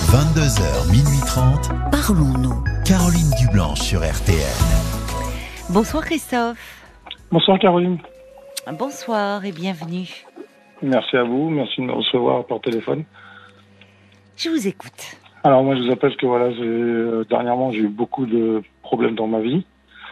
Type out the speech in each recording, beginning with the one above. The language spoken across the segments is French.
22h, minuit 30. Parlons-nous. Caroline Dublanche sur RTL. Bonsoir Christophe. Bonsoir Caroline. Bonsoir et bienvenue. Merci à vous, merci de me recevoir par téléphone. Je vous écoute. Alors moi je vous appelle que voilà, dernièrement j'ai eu beaucoup de problèmes dans ma vie.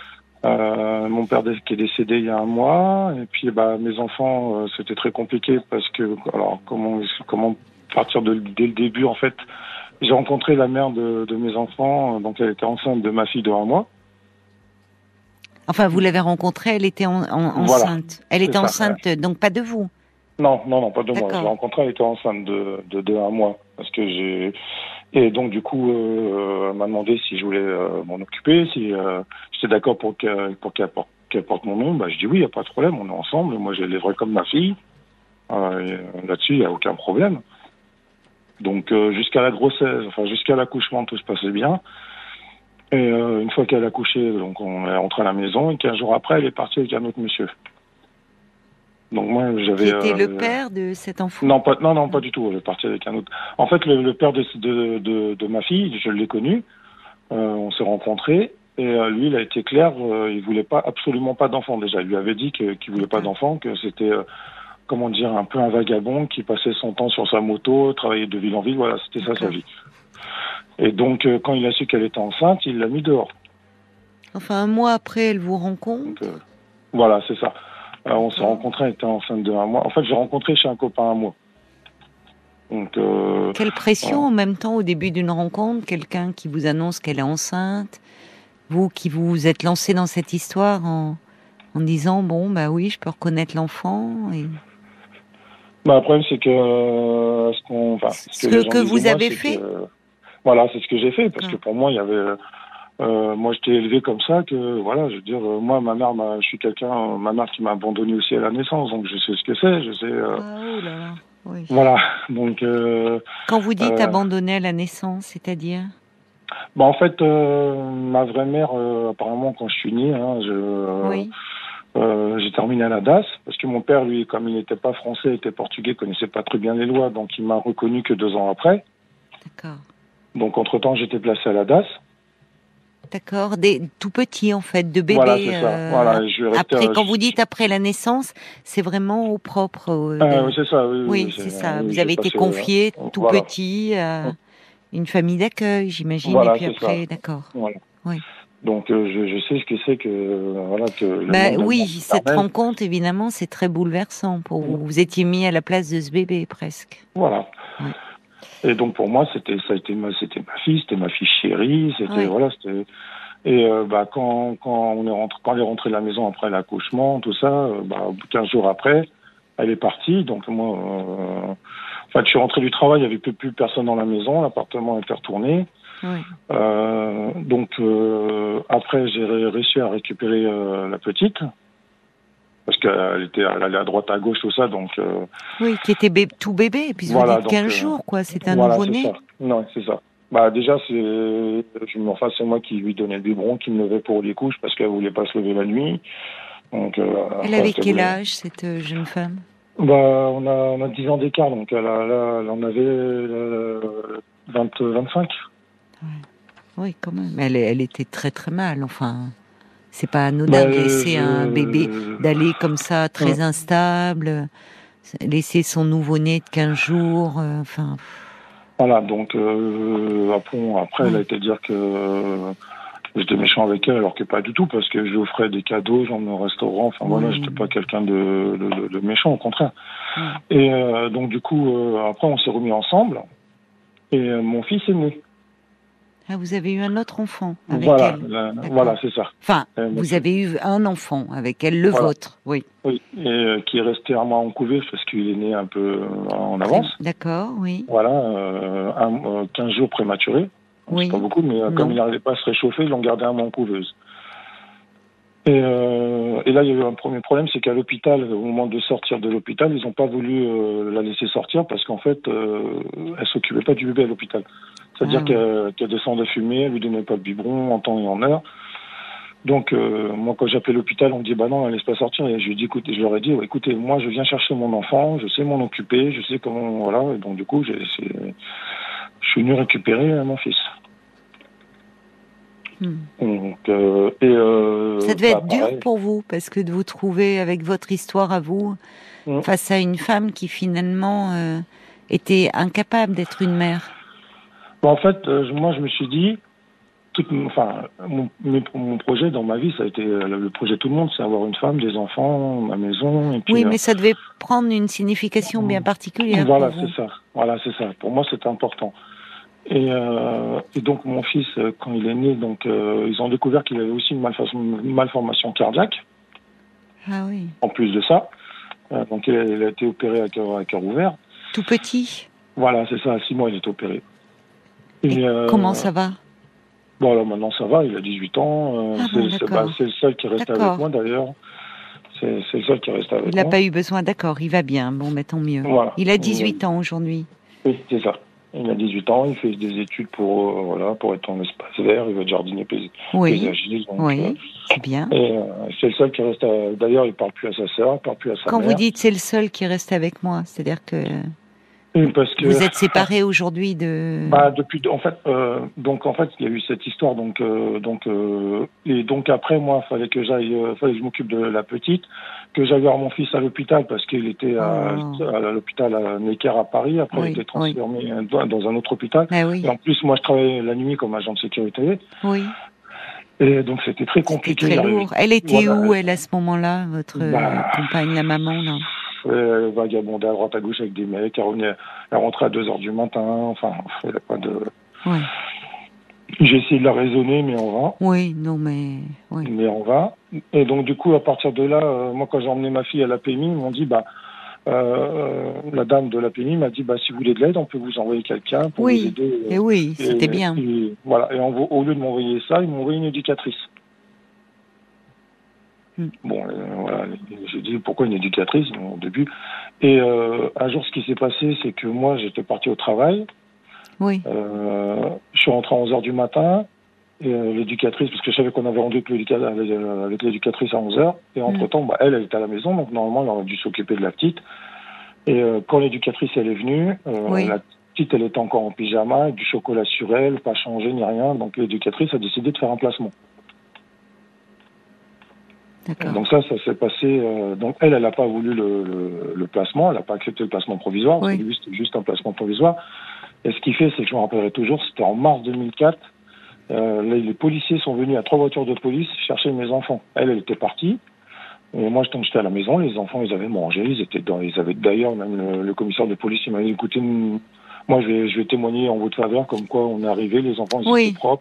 Mon père qui est décédé il y a un mois, et puis mes enfants c'était très compliqué parce que alors comment partir dès le début en fait. J'ai rencontré la mère de mes enfants, donc elle était enceinte de ma fille de 1 mois. Enfin, vous l'avez rencontrée, elle était enceinte. Voilà, elle était ça, enceinte, donc pas de vous. Non, pas de moi. D'accord. Je l'ai rencontrée, elle était enceinte de 1 mois. Parce que et donc du coup, elle m'a demandé si je voulais m'en occuper, si j'étais d'accord pour qu'elle porte mon nom. Je dis oui, il n'y a pas de problème, on est ensemble. Moi, je l'élèverai comme ma fille. Là-dessus, il n'y a aucun problème. Donc jusqu'à la grossesse, jusqu'à l'accouchement, tout se passait bien. Et une fois qu'elle a accouché, donc on est rentré à la maison, et 15 jours après, elle est partie avec un autre monsieur. Donc moi, j'avais. Qui était le père de cet enfant? Non, pas du tout. Elle est partie avec un autre. En fait, le père de ma fille, je l'ai connu. On s'est rencontrés, et lui, il a été clair. Il voulait absolument pas d'enfant déjà. Il lui avait dit qu'il voulait pas d'enfant, que c'était un peu un vagabond qui passait son temps sur sa moto, travaillait de ville en ville. Voilà, c'était ça sa vie. Et donc, quand il a su qu'elle était enceinte, il l'a mis dehors. Enfin, 1 mois après, elle vous rencontre. Donc, voilà, c'est ça. On s'est rencontrés, elle était enceinte de 1 mois. En fait, j'ai rencontré chez un copain 1 mois. Donc, quelle pression en même temps au début d'une rencontre, quelqu'un qui vous annonce qu'elle est enceinte, vous qui vous êtes lancé dans cette histoire en disant oui, je peux reconnaître l'enfant. Et... le problème c'est que ce que vous avez fait. Voilà, c'est ce que j'ai fait parce que pour moi il y avait. Moi, j'étais élevé comme ça que voilà, je veux dire, moi, ma mère qui m'a abandonné aussi à la naissance, donc je sais ce que c'est, je sais. Oh là là. Oui. Voilà, donc. Quand vous dites abandonné à la naissance, c'est-à-dire? En fait, ma vraie mère, apparemment, quand je suis né, oui. J'ai terminé à la DAS parce que mon père, lui, comme il n'était pas français, il était portugais, connaissait pas très bien les lois, donc il m'a reconnu que 2 ans après. D'accord. Donc entre-temps, j'étais placé à la DAS. D'accord, tout petit en fait, de bébé. Voilà, c'est ça. Voilà, après, quand vous dites après la naissance, c'est vraiment au propre. Oui, c'est ça. Oui, c'est ça. Vous avez été confié tout petit à une famille d'accueil, j'imagine. Voilà, et puis après, ça. D'accord. Voilà. Oui. Donc je sais ce que c'est que. Oui, cette rencontre, évidemment, c'est très bouleversant pour vous. Vous étiez mis à la place de ce bébé elle Voilà. Oui. Et donc pour moi, c'était ma fille, c'était ma fille chérie, c'était c'était. Et quand elle est rentrée de la maison après l'accouchement, tout ça, 15 jours après, elle est partie. Donc moi, je suis rentré du travail, il n'y avait plus personne dans la maison, l'appartement était retourné. Oui. Donc après, j'ai réussi à récupérer la petite. Parce qu'elle allait à droite, à gauche, tout ça, donc... Oui, qui était tout bébé, et puis vous dites 15 jours, quoi, c'est un nouveau-né. C'est ça. Non, c'est ça. Déjà, c'est moi qui lui donnais le biberon, qui me levait pour les couches, parce qu'elle voulait pas se lever la nuit. Donc, elle avait quel âge, cette jeune femme? On a 10 ans d'écart, donc elle en avait 25. Ouais. Oui, quand même. Elle était très très mal, enfin... C'est pas anodin de laisser un bébé, d'aller comme ça, très instable, laisser son nouveau-né de 15 jours, enfin... Voilà, donc après, elle a été dire que j'étais méchant avec elle, alors que pas du tout, parce que je lui offrais des cadeaux, j'emmenais au restaurant, j'étais pas quelqu'un de méchant, au contraire. Et donc du coup, après, on s'est remis ensemble, et mon fils est né. Ah, vous avez eu un autre enfant avec elle. Voilà, c'est ça. Enfin, vous avez eu un enfant avec elle, le vôtre, oui. Oui, et qui est resté 1 mois en couveuse parce qu'il est né un peu en avance. D'accord, oui. Voilà, 15 jours prématurés. Oui. C'est pas beaucoup, mais comme il n'arrivait pas à se réchauffer, ils l'ont gardé 1 mois en couveuse. Et là, il y a eu un premier problème, c'est qu'à l'hôpital, au moment de sortir de l'hôpital, ils n'ont pas voulu la laisser sortir parce qu'en fait, elle s'occupait pas du bébé à l'hôpital. C'est-à-dire qu'elle descendait fumer, elle lui donnait pas de biberon en temps et en heure. Donc, moi, quand j'appelais l'hôpital, on me dit, non, elle laisse pas sortir. Et je leur ai dit, écoutez, moi, je viens chercher mon enfant, je sais m'en occuper, je sais comment, voilà. Et donc, du coup, je suis venu récupérer mon fils. Donc, ça devait être dur pareil. pour vous, parce que de vous trouver avec votre histoire à vous, face à une femme qui finalement était incapable d'être une mère. Bon, en fait, moi, je me suis dit, mon projet dans ma vie, ça a été le projet de tout le monde, c'est avoir une femme, des enfants, ma maison. Et puis, oui, mais ça devait prendre une signification bien particulière. Voilà, pour vous. c'est ça. Voilà, c'est ça. Pour moi, c'était important. Et donc, mon fils, quand il est né, donc ils ont découvert qu'il avait aussi une malformation cardiaque. Ah oui. En plus de ça, donc il a été opéré à cœur ouvert. Tout petit. Voilà, c'est ça. À 6 mois, il est opéré. Et comment ça va? Bon, alors maintenant, ça va. Il a 18 ans. C'est le seul qui reste avec moi, d'ailleurs. C'est le seul qui reste avec moi. Il n'a pas eu besoin, d'accord. Il va bien. Bon, mais tant mieux. Voilà. Il a 18 ans aujourd'hui. Oui, c'est ça. Il a 18 ans. Il fait des études pour être en espace vert. Il va être jardinier paysagiste. Oui, c'est bien. Et c'est le seul qui reste. D'ailleurs, il ne parle plus à sa sœur, il ne parle plus à sa mère. Quand vous dites c'est le seul qui reste avec moi, c'est-à-dire que... Parce que vous êtes séparés aujourd'hui de... en fait, il y a eu cette histoire, et donc après, moi, fallait que je m'occupe de la petite, que j'aille voir mon fils à l'hôpital parce qu'il était à l'hôpital à Necker à Paris. Après, il a été transféré dans un autre hôpital. Ah oui. Et en plus, moi, je travaillais la nuit comme agent de sécurité. Oui. Et donc, c'était très compliqué. C'était très lourd. Elle était où, elle, à ce moment-là, votre compagne, la maman, là? Elle vagabondait à droite à gauche avec des mecs, elle rentrait à 2h du matin, enfin, il n'y a pas de... Ouais. J'ai essayé de la raisonner, mais on va. Oui, non, mais... Oui. Mais on va. Et donc, du coup, à partir de là, moi, quand j'ai emmené ma fille à la PMI, ils m'ont dit, la dame de la PMI m'a dit, si vous voulez de l'aide, on peut vous envoyer quelqu'un pour vous aider. Et oui, c'était bien. Et, voilà. Et au lieu de m'envoyer ça, ils m'ont envoyé une éducatrice. Bon, voilà, j'ai dit pourquoi une éducatrice au début. Et un jour, ce qui s'est passé, c'est que moi, j'étais parti au travail. Oui. Je suis rentré à 11h du matin. Et l'éducatrice, parce que je savais qu'on avait rendu avec l'éducatrice à 11h. Et entre-temps, elle était à la maison, donc normalement, elle aurait dû s'occuper de la petite. Et quand l'éducatrice, elle est venue, la petite, elle était encore en pyjama, avec du chocolat sur elle, pas changé ni rien. Donc l'éducatrice a décidé de faire un placement. D'accord. Donc ça s'est passé. Donc elle n'a pas voulu le placement, elle n'a pas accepté le placement provisoire. Parce que lui, c'était juste un placement provisoire. Et ce qui fait, c'est que je me rappellerai toujours, c'était en mars 2004. Les policiers sont venus à 3 voitures de police chercher mes enfants. Elle était partie. Et moi, j'étais à la maison. Les enfants, ils avaient mangé. Ils avaient d'ailleurs même le commissaire de police. Il m'a dit, écoutez, moi, je vais témoigner en votre faveur, comme quoi on est arrivé. Les enfants, ils étaient propres.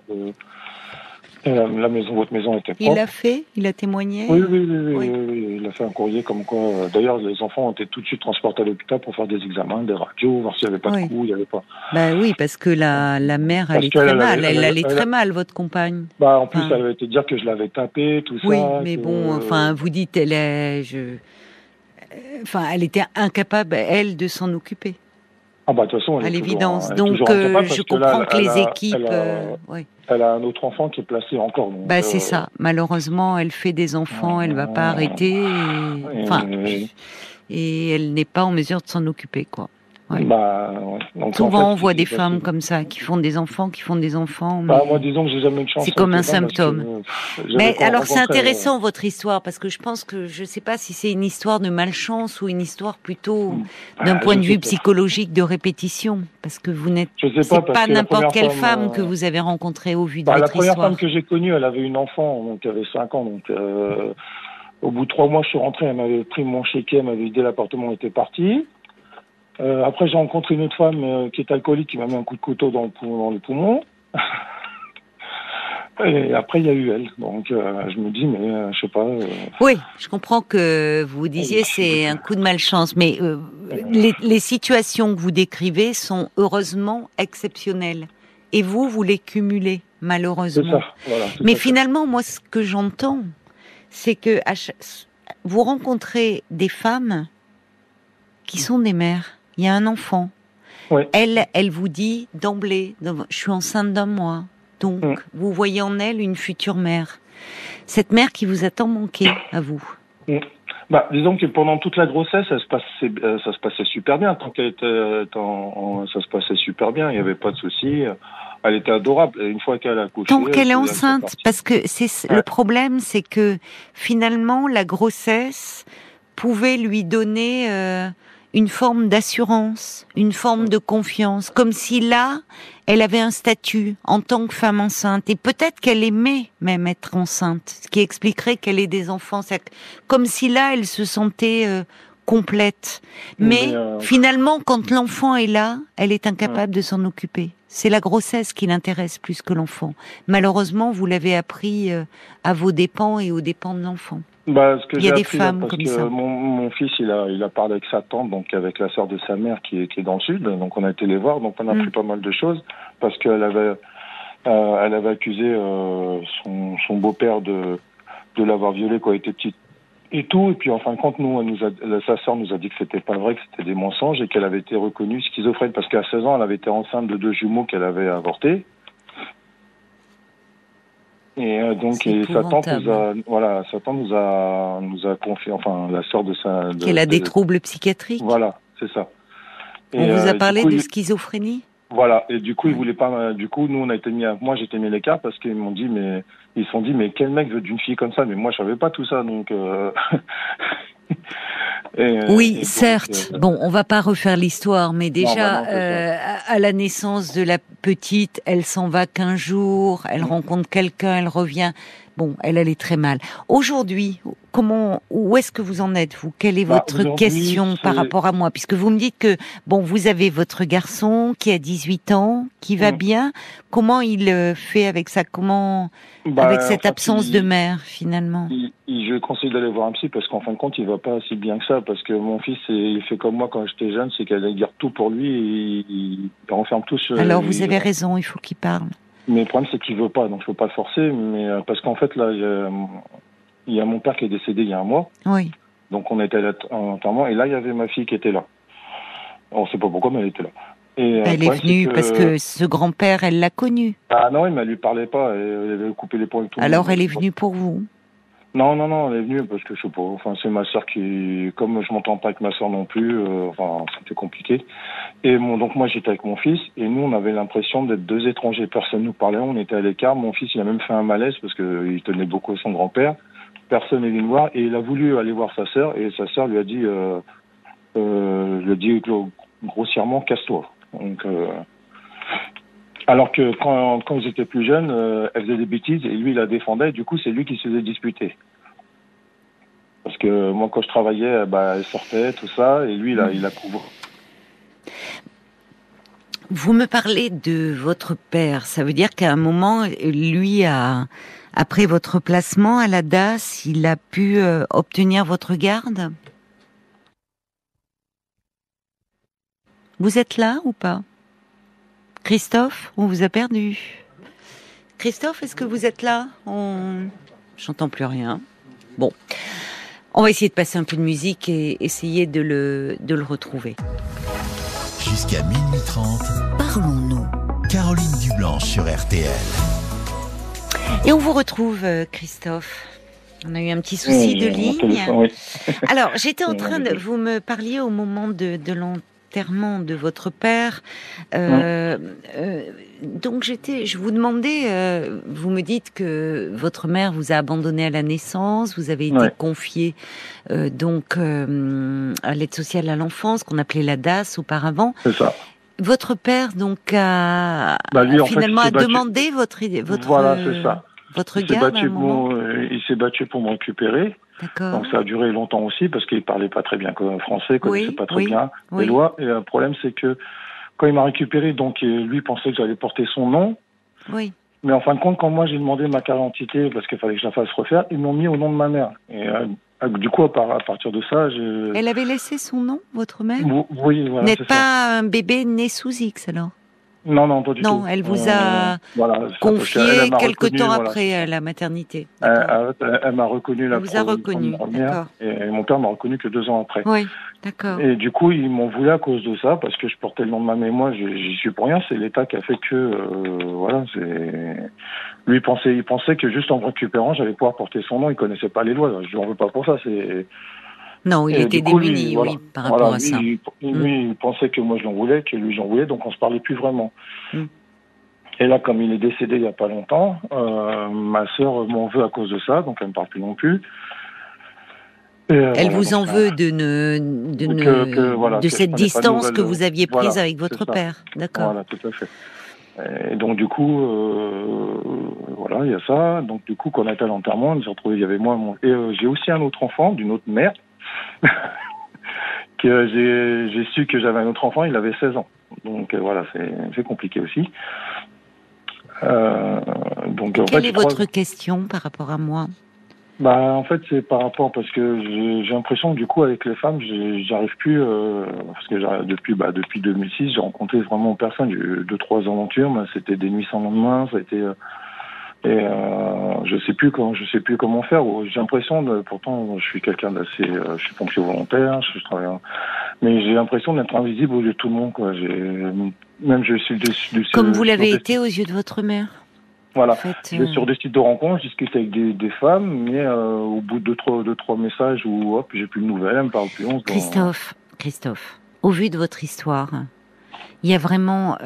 Votre maison était propre. Il l'a fait? Il a témoigné? Oui. Il a fait un courrier comme quoi... D'ailleurs, les enfants ont été tout de suite transportés à l'hôpital pour faire des examens, des radios, voir s'il n'y avait pas de coups, il n'y avait pas... oui, parce que la mère allait très mal. Elle allait très mal, votre compagne. En plus, elle avait été dire que je l'avais tapée, tout ça. Oui, mais bon, vous dites, elle était incapable, elle, de s'en occuper. De toute façon, à l'évidence. Donc, je comprends que les équipes... Elle a un autre enfant qui est placé encore. Donc, c'est ça. Malheureusement, elle fait des enfants, elle ne va pas arrêter. Et elle n'est pas en mesure de s'en occuper, quoi. Ouais. Donc, souvent, on voit des femmes comme ça, qui font des enfants. Mais moi, disons que j'ai jamais eu de chance. C'est comme un symptôme. Mais alors, c'est intéressant, votre histoire, parce que je pense que, je ne sais pas si c'est une histoire de malchance ou une histoire plutôt d'un point de vue psychologique de répétition. Parce que vous n'êtes pas n'importe quelle femme que vous avez rencontrée au vu de votre histoire. La première femme que j'ai connue, elle avait une enfant, donc elle avait 5 ans. Donc, au bout de 3 mois, je suis rentré, elle m'avait pris mon chéquier, elle m'avait vidé l'appartement, elle était partie. Après, j'ai rencontré une autre femme qui est alcoolique, qui m'a mis un coup de couteau dans le poumon. Et après, il y a eu elle. Donc, je me dis, mais je sais pas... Oui, je comprends que vous disiez c'est un coup de malchance, mais les situations que vous décrivez sont heureusement exceptionnelles. Et vous les cumulez, malheureusement. C'est ça, voilà. Mais finalement, moi, ce que j'entends, c'est que vous rencontrez des femmes qui sont des mères. Il y a un enfant. Oui. Elle vous dit d'emblée, je suis enceinte d'un mois. Donc, vous voyez en elle une future mère. Cette mère qui vous a tant manqué à vous. Bah, disons que pendant toute la grossesse, ça se passait super bien. Tant qu'elle était, ça se passait super bien. Il n'y avait pas de souci. Elle était adorable. Et une fois qu'elle a accouché, Tant qu'elle est c'est enceinte, parti. parce que le problème, c'est que finalement, la grossesse pouvait lui donner une forme d'assurance, une forme de confiance, comme si là, elle avait un statut en tant que femme enceinte, et peut-être qu'elle aimait même être enceinte, ce qui expliquerait qu'elle ait des enfants, comme si là, elle se sentait complète. Mais finalement, quand l'enfant est là, elle est incapable de s'en occuper. C'est la grossesse qui l'intéresse plus que l'enfant. Malheureusement, vous l'avez appris à vos dépens et aux dépens de l'enfant. Bah, ce que Il y a j'ai des appris, femmes parce comme que ça. mon fils, il a parlé avec sa tante, donc avec la sœur de sa mère qui est dans le sud. Donc on a été les voir, donc on a appris pas mal de choses parce qu'elle elle avait accusé son beau-père de l'avoir violée quand elle était petite et tout. Et puis en fin de compte, sa sœur nous a dit que c'était pas vrai, que c'était des mensonges et qu'elle avait été reconnue schizophrène parce qu'à 16 ans, elle avait été enceinte de 2 jumeaux qu'elle avait avortés. Et donc sa tante nous a confié, enfin la sœur de sa. Qu'elle a des troubles psychiatriques. Voilà, c'est ça. Et on vous a parlé coup, de schizophrénie. Voilà, et du coup ils voulaient pas. Du coup nous on a été moi j'étais mis à l'écart parce qu'ils m'ont dit ils se sont dit mais quel mec veut d'une fille comme ça, mais moi je savais pas tout ça donc. Oui, certes. Bon, on va pas refaire l'histoire, mais déjà, à la naissance de la petite, elle s'en va 15 jours, elle rencontre quelqu'un, elle revient. Bon, elle allait très mal. Aujourd'hui, où est-ce que vous en êtes, vous? Quelle est votre question par rapport à moi? Puisque vous me dites que, bon, vous avez votre garçon qui a 18 ans, qui va bien. Comment il fait avec ça? Avec cette absence de mère, finalement? Je conseille d'aller voir un psy parce qu'en fin de compte, il va pas si bien que ça. Parce que mon fils, il fait comme moi quand j'étais jeune, c'est qu'elle garde tout pour lui et il renferme tout sur. Alors, vous avez raison, il faut qu'il parle. Mais le problème, c'est qu'il veut pas, donc je peux pas le forcer. Mais parce qu'en fait, là, il y a mon père qui est décédé il y a un mois. Oui. Donc on était à l'enterrement et là, il y avait ma fille qui était là. On sait pas pourquoi, mais elle était là. Et, elle est venue parce que ce grand-père, elle l'a connu. Ah non, mais elle lui parlait pas. Elle avait coupé les ponts et tout. Alors elle est venue pour vous? Non, elle est venue parce que je sais pas. Enfin, c'est ma sœur comme je m'entends pas avec ma sœur non plus. Enfin, c'était compliqué. Et donc moi j'étais avec mon fils et nous on avait l'impression d'être 2 étrangers. Personne nous parlait, on était à l'écart. Mon fils il a même fait un malaise parce que il tenait beaucoup à son grand-père. Personne n'est venu le voir et il a voulu aller voir sa sœur et sa sœur lui a dit, grossièrement casse-toi. Donc alors que quand ils étaient plus jeunes, elle faisait des bêtises et lui il la défendait. Du coup c'est lui qui se faisait disputer. Parce que moi quand je travaillais, elle sortait tout ça et lui il la couvre. Vous me parlez de votre père, ça veut dire qu'à un moment, lui après votre placement à la DAS, il a pu obtenir votre garde? Vous êtes là ou pas? Christophe, on vous a perdu. Christophe, est-ce que vous êtes là? J'entends plus rien. Bon, on va essayer de passer un peu de musique et essayer de le retrouver. Jusqu'à minuit 30, parlons-nous. Caroline Dublanche sur RTL. Et on vous retrouve, Christophe. On a eu un petit souci de ligne. Oui. Alors, j'étais en train de... Vous me parliez au moment de l'enterrement de votre père. Donc, je vous demandais... vous me dites que votre mère vous a abandonné à la naissance. Vous avez été confié à l'aide sociale à l'enfance, qu'on appelait la DAS auparavant. C'est ça. Votre père, donc, a demandé votre voilà, c'est ça. Votre garde, il s'est battu pour me récupérer. D'accord. Donc ça a duré longtemps aussi parce qu'il parlait pas très bien français, connaissait pas très bien les lois. Et le problème c'est que quand il m'a récupéré, donc lui pensait que j'allais porter son nom. Oui. Mais en fin de compte, quand moi j'ai demandé ma carte d'identité parce qu'il fallait que je la fasse refaire, ils m'ont mis au nom de ma mère. Et du coup, à partir de ça, Elle avait laissé son nom, votre mère? Oui, voilà. N'êtes pas un bébé né sous X alors? Non, pas du tout. Non, elle vous a confié quelque temps après la maternité. Elle m'a reconnu Elle vous a reconnu, d'accord. Et mon père m'a reconnu que 2 ans après. Oui, d'accord. Et du coup, ils m'ont voulu à cause de ça, parce que je portais le nom de ma mère. Moi, j'y suis pour rien. C'est l'État qui a fait que, lui, il pensait que juste en me récupérant, j'allais pouvoir porter son nom. Il connaissait pas les lois. Je n'en veux pas pour ça. Non, il était démuni, oui, par rapport à ça. Lui, il pensait que moi je l'en voulais, que lui j'en voulais, donc on se parlait plus vraiment. Et là, comme il est décédé il y a pas longtemps, ma sœur m'en veut à cause de ça, donc elle me parle plus non plus. Elle vous en veut de cette distance que vous aviez prise avec votre père, d'accord. Voilà, tout à fait. Et donc du coup, voilà, il y a ça. Donc du coup, quand on a été à l'enterrement, on s'est retrouvés, il y avait moi, et j'ai aussi un autre enfant d'une autre mère, que j'ai su que j'avais un autre enfant, il avait 16 ans. Donc voilà, c'est compliqué aussi. Donc, quelle est votre question par rapport à moi? En fait, c'est par rapport, parce que j'ai l'impression que du coup, avec les femmes, j'arrive plus, parce que depuis 2006, j'ai rencontré vraiment personne. J'ai eu 2-3 aventures, mais c'était des nuits sans lendemain, ça a été, je sais plus comment faire. J'ai l'impression pourtant, je suis quelqu'un d'assez, je suis pompier volontaire, je travaille, mais j'ai l'impression d'être invisible aux yeux de tout le monde, quoi. Je suis comme vous l'avez été aux yeux de votre mère. Voilà, en fait, je vais sur des sites de rencontres, je discute avec des femmes, mais au bout de deux, trois messages, où hop, j'ai plus de nouvelles, elles me parlent plus. Christophe, au vu de votre histoire, il y a vraiment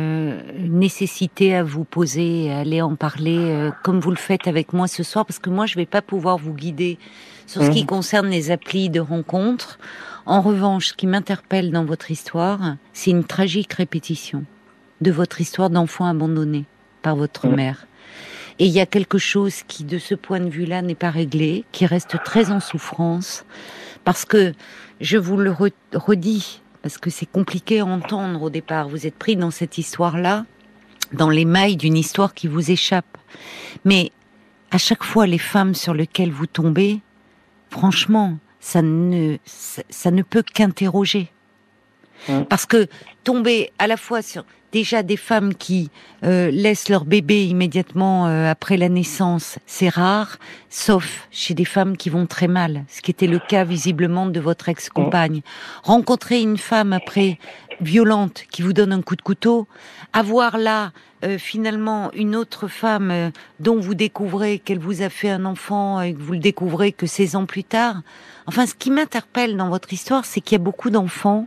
nécessité à vous poser, à aller en parler, comme vous le faites avec moi ce soir, parce que moi je vais pas pouvoir vous guider sur ce qui concerne les applis de rencontres. En revanche, ce qui m'interpelle dans votre histoire, c'est une tragique répétition de votre histoire d'enfant abandonné par votre mère. Et il y a quelque chose qui, de ce point de vue-là, n'est pas réglé, qui reste très en souffrance, parce que, je vous le redis, parce que c'est compliqué à entendre au départ, vous êtes pris dans cette histoire-là, dans les mailles d'une histoire qui vous échappe. Mais, à chaque fois, les femmes sur lesquelles vous tombez, franchement, ça ne peut qu'interroger. Parce que tomber à la fois sur déjà des femmes qui laissent leur bébé immédiatement après la naissance, c'est rare, sauf chez des femmes qui vont très mal, ce qui était le cas visiblement de votre ex-compagne. Rencontrer une femme après violente qui vous donne un coup de couteau, avoir là finalement une autre femme dont vous découvrez qu'elle vous a fait un enfant et que vous le découvrez que 16 ans plus tard. Enfin, ce qui m'interpelle dans votre histoire, c'est qu'il y a beaucoup d'enfants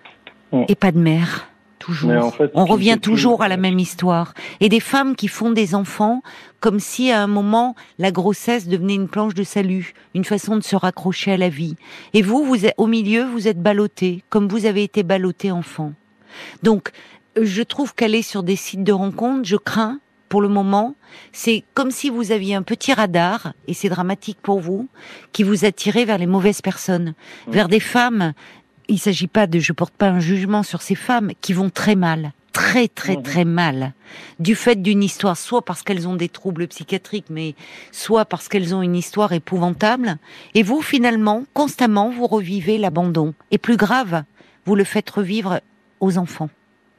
et pas de mère. Toujours. En fait, on revient toujours à la même histoire. Et des femmes qui font des enfants comme si à un moment la grossesse devenait une planche de salut, une façon de se raccrocher à la vie. Et vous êtes au milieu, vous êtes ballotté, comme vous avez été ballotté enfant. Donc, je trouve qu'aller sur des sites de rencontres, je crains, pour le moment, c'est comme si vous aviez un petit radar, et c'est dramatique pour vous, qui vous attirait vers les mauvaises personnes, vers des femmes. Il s'agit pas je porte pas un jugement sur ces femmes qui vont très mal, très mal, du fait d'une histoire, soit parce qu'elles ont des troubles psychiatriques, mais soit parce qu'elles ont une histoire épouvantable. Et vous, finalement, constamment, vous revivez l'abandon. Et plus grave, vous le faites revivre aux enfants.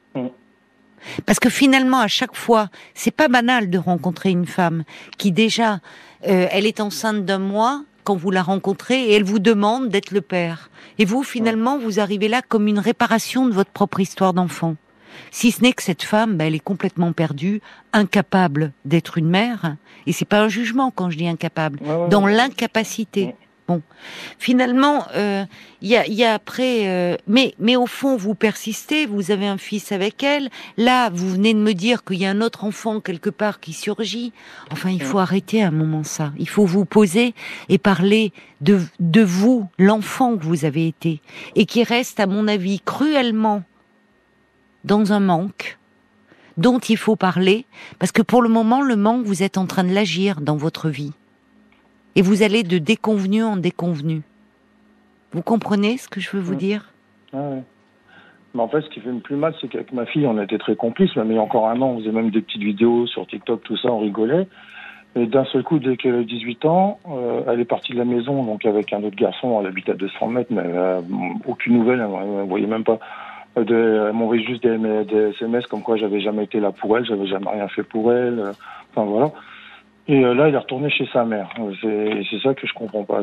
Parce que finalement, à chaque fois, c'est pas banal de rencontrer une femme qui déjà, elle est enceinte d'1 mois. Quand vous la rencontrez et elle vous demande d'être le père. Et vous, finalement, vous arrivez là comme une réparation de votre propre histoire d'enfant. Si ce n'est que cette femme, elle est complètement perdue, incapable d'être une mère. Et c'est pas un jugement quand je dis incapable. Dans l'incapacité. Bon, finalement, il y a après, mais au fond, vous persistez. Vous avez un fils avec elle. Là, vous venez de me dire qu'il y a un autre enfant quelque part qui surgit. Enfin, il faut arrêter à un moment ça. Il faut vous poser et parler de vous, l'enfant que vous avez été, et qui reste, à mon avis, cruellement dans un manque dont il faut parler, parce que pour le moment, le manque, vous êtes en train de l'agir dans votre vie. Et vous allez de déconvenu en déconvenu. Vous comprenez ce que je veux vous dire ? Ouais. Mais en fait, ce qui fait le plus mal, c'est qu'avec ma fille, on était très complices. Même il y a encore 1 an, on faisait même des petites vidéos sur TikTok, tout ça, on rigolait. Et d'un seul coup, dès qu'elle a 18 ans, elle est partie de la maison, donc avec un autre garçon, elle habite à 200 mètres, mais elle n'a aucune nouvelle, elle ne voyait même pas. Elle m'envoyait juste des SMS comme quoi j'avais jamais été là pour elle, j'avais jamais rien fait pour elle. Enfin voilà. Et là, il est retourné chez sa mère. C'est ça que je comprends pas.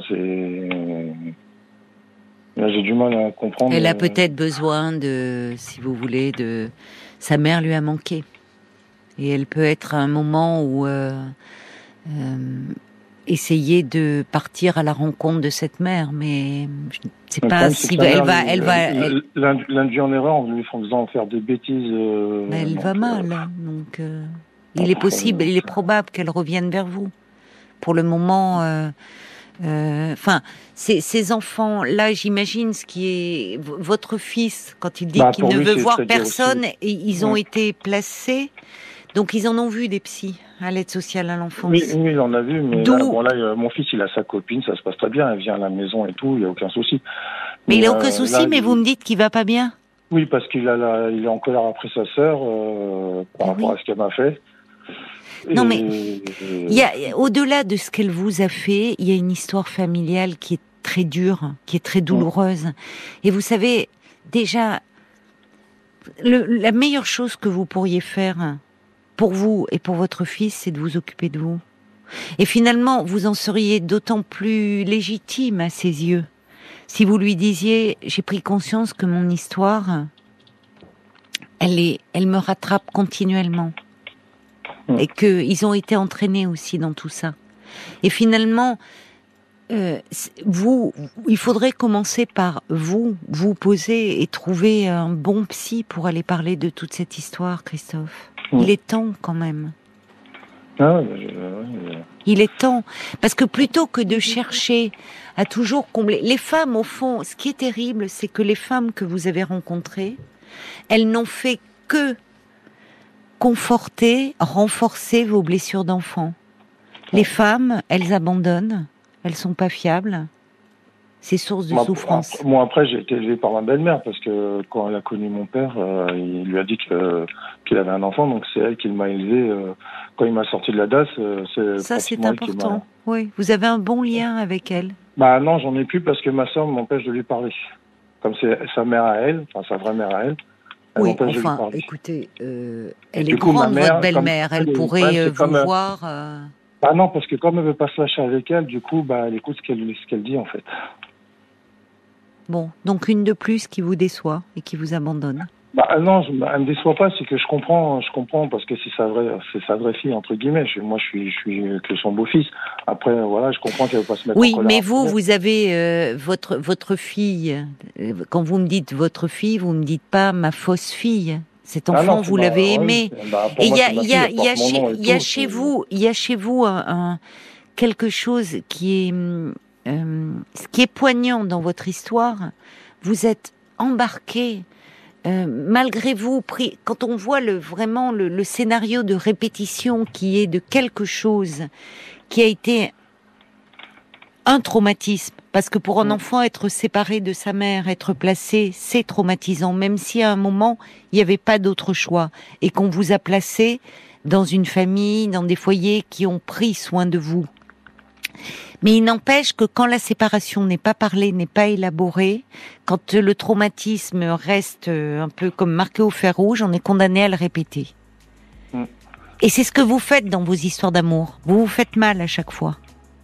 Là, j'ai du mal à comprendre. Elle a peut-être besoin si vous voulez, sa mère lui a manqué. Et elle peut être à un moment où essayer de partir à la rencontre de cette mère, mais c'est pas si elle va. L'induit en erreur en lui faisant faire des bêtises. Elle va mal, donc il est possible, il est probable qu'elle revienne vers vous. Pour le moment, enfin, ces enfants, là, j'imagine ce qui est votre fils quand il dit qu'il ne veut voir personne, et ils ont été placés. Donc ils en ont vu des psys à l'aide sociale à l'enfance. Oui, il en a vu, mais là, mon fils, il a sa copine, ça se passe très bien, elle vient à la maison et tout, il n'y a aucun souci. Mais il n'a aucun souci, mais vous me dites qu'il va pas bien. Oui, parce qu'il est en colère après sa sœur par rapport à ce qu'elle m'a fait. Non, mais au-delà de ce qu'elle vous a fait, il y a une histoire familiale qui est très dure, qui est très douloureuse. Et vous savez, déjà, la meilleure chose que vous pourriez faire pour vous et pour votre fils, c'est de vous occuper de vous. Et finalement, vous en seriez d'autant plus légitime à ses yeux si vous lui disiez: j'ai pris conscience que mon histoire, elle me rattrape continuellement. Et qu'ils ont été entraînés aussi dans tout ça. Et finalement, il faudrait commencer par vous poser et trouver un bon psy pour aller parler de toute cette histoire, Christophe. Il est temps quand même. Il est temps. Parce que plutôt que de chercher à toujours combler... Les femmes, au fond, ce qui est terrible, c'est que les femmes que vous avez rencontrées, elles n'ont fait que conforter, renforcer vos blessures d'enfant. Les femmes, elles abandonnent, elles sont pas fiables. C'est source de souffrance. Moi, après, j'ai été élevé par ma belle-mère parce que quand elle a connu mon père, il lui a dit qu'il avait un enfant, donc c'est elle qui m'a élevé. Quand il m'a sorti de la DAS, c'est important. Oui, vous avez un bon lien avec elle. Bah non, j'en ai plus parce que ma sœur m'empêche de lui parler. Comme c'est sa mère à elle, enfin sa vraie mère à elle. Oui, enfin, écoutez, elle est grande, votre belle-mère, elle pourrait vous voir... Bah non, parce que comme elle veut pas se lâcher avec elle, du coup, elle écoute ce qu'elle dit, en fait. Bon, donc une de plus qui vous déçoit et qui vous abandonne. Non, elle me déçoit pas, c'est que je comprends, parce que c'est sa vraie fille, entre guillemets. Moi, je suis que son beau-fils. Après, voilà, je comprends qu'elle veut pas se mettre en colère. Oui, mais vous avez votre fille. Quand vous me dites votre fille, vous me dites pas ma fausse fille. Cet enfant, vous l'avez aimé. Et il y a chez vous quelque chose qui est poignant dans votre histoire. Vous êtes embarqué. Malgré vous, quand on voit vraiment le scénario de répétition qui est de quelque chose qui a été un traumatisme, parce que pour un enfant, être séparé de sa mère, être placé, c'est traumatisant, même si à un moment, il n'y avait pas d'autre choix, et qu'on vous a placé dans une famille, dans des foyers qui ont pris soin de vous. Mais il n'empêche que quand la séparation n'est pas parlée, n'est pas élaborée, quand le traumatisme reste un peu comme marqué au fer rouge, on est condamné à le répéter. Et c'est ce que vous faites dans vos histoires d'amour. Vous vous faites mal à chaque fois.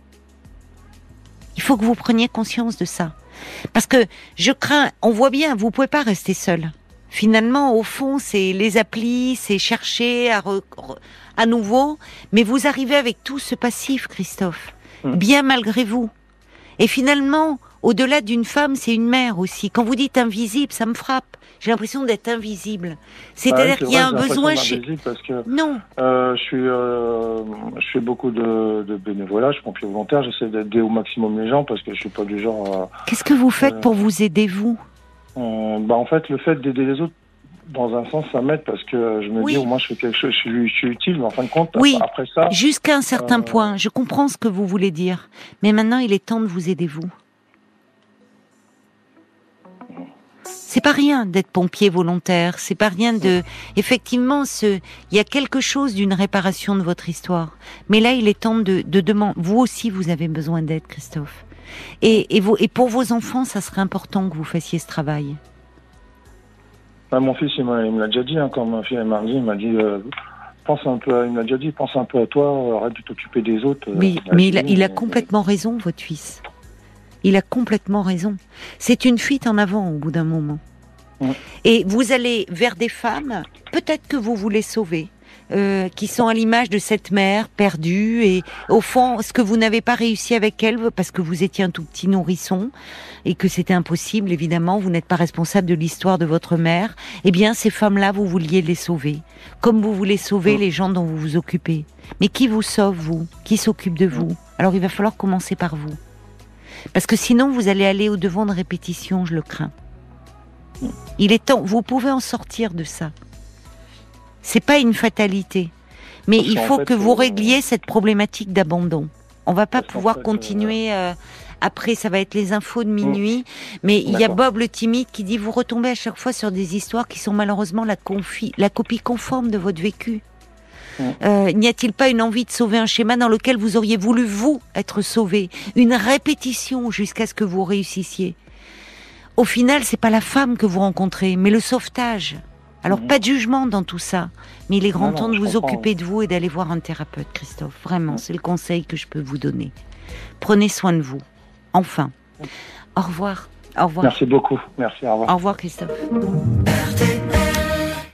Il faut que vous preniez conscience de ça. Parce que je crains, on voit bien, vous pouvez pas rester seul. Finalement, au fond, c'est les applis, c'est chercher à nouveau, mais vous arrivez avec tout ce passif, Christophe. Bien malgré vous. Et finalement, au-delà d'une femme, c'est une mère aussi. Quand vous dites invisible, ça me frappe. J'ai l'impression d'être invisible. C'est-à-dire qu'il y a un besoin chez... Parce que, non. Je fais beaucoup de bénévolat, je suis pompier volontaire, j'essaie d'aider au maximum les gens parce que je suis pas du genre... Qu'est-ce que vous faites pour vous aider, vous ? En fait, le fait d'aider les autres, dans un sens, ça m'aide parce que je me dis, au moins, je fais quelque chose, je suis utile, mais en fin de compte, après ça... Jusqu'à un certain point, je comprends ce que vous voulez dire. Mais maintenant, il est temps de vous aider, vous. C'est pas rien d'être pompier volontaire, c'est pas rien de... Effectivement, il y a quelque chose d'une réparation de votre histoire. Mais là, il est temps de demander... Vous aussi, vous avez besoin d'aide, Christophe. Et pour vos enfants, ça serait important que vous fassiez ce travail. Mon fils, il me l'a déjà dit, quand ma fille m'a dit, il m'a dit, pense un peu à toi, arrête de t'occuper des autres. Oui, mais il a complètement raison, votre fils. Il a complètement raison. C'est une fuite en avant au bout d'un moment. Et vous allez vers des femmes, peut-être que vous voulez sauver, qui sont à l'image de cette mère perdue, et au fond, ce que vous n'avez pas réussi avec elle, parce que vous étiez un tout petit nourrisson, et que c'était impossible, évidemment, vous n'êtes pas responsable de l'histoire de votre mère, eh bien, ces femmes-là, vous vouliez les sauver, comme vous voulez sauver les gens dont vous vous occupez. Mais qui vous sauve, vous? Qui s'occupe de vous? Alors, il va falloir commencer par vous. Parce que sinon, vous allez aller au-devant de répétitions, je le crains. Il est temps, vous pouvez en sortir de ça. C'est pas une fatalité. Mais il faut que vous régliez cette problématique d'abandon. On va pas pouvoir continuer... Après, ça va être les infos de minuit. Mais il y a Bob le timide qui dit, vous retombez à chaque fois sur des histoires qui sont malheureusement la copie conforme de votre vécu. N'y a-t-il pas une envie de sauver un schéma dans lequel vous auriez voulu, vous, être sauvé? Une répétition jusqu'à ce que vous réussissiez. Au final, c'est pas la femme que vous rencontrez, mais le sauvetage. Alors, pas de jugement dans tout ça. Mais il est grand temps de vous occuper de vous et d'aller voir un thérapeute, Christophe. Vraiment, c'est le conseil que je peux vous donner. Prenez soin de vous. Enfin. Au revoir. Au revoir. Merci beaucoup. Merci, au revoir. Au revoir, Christophe.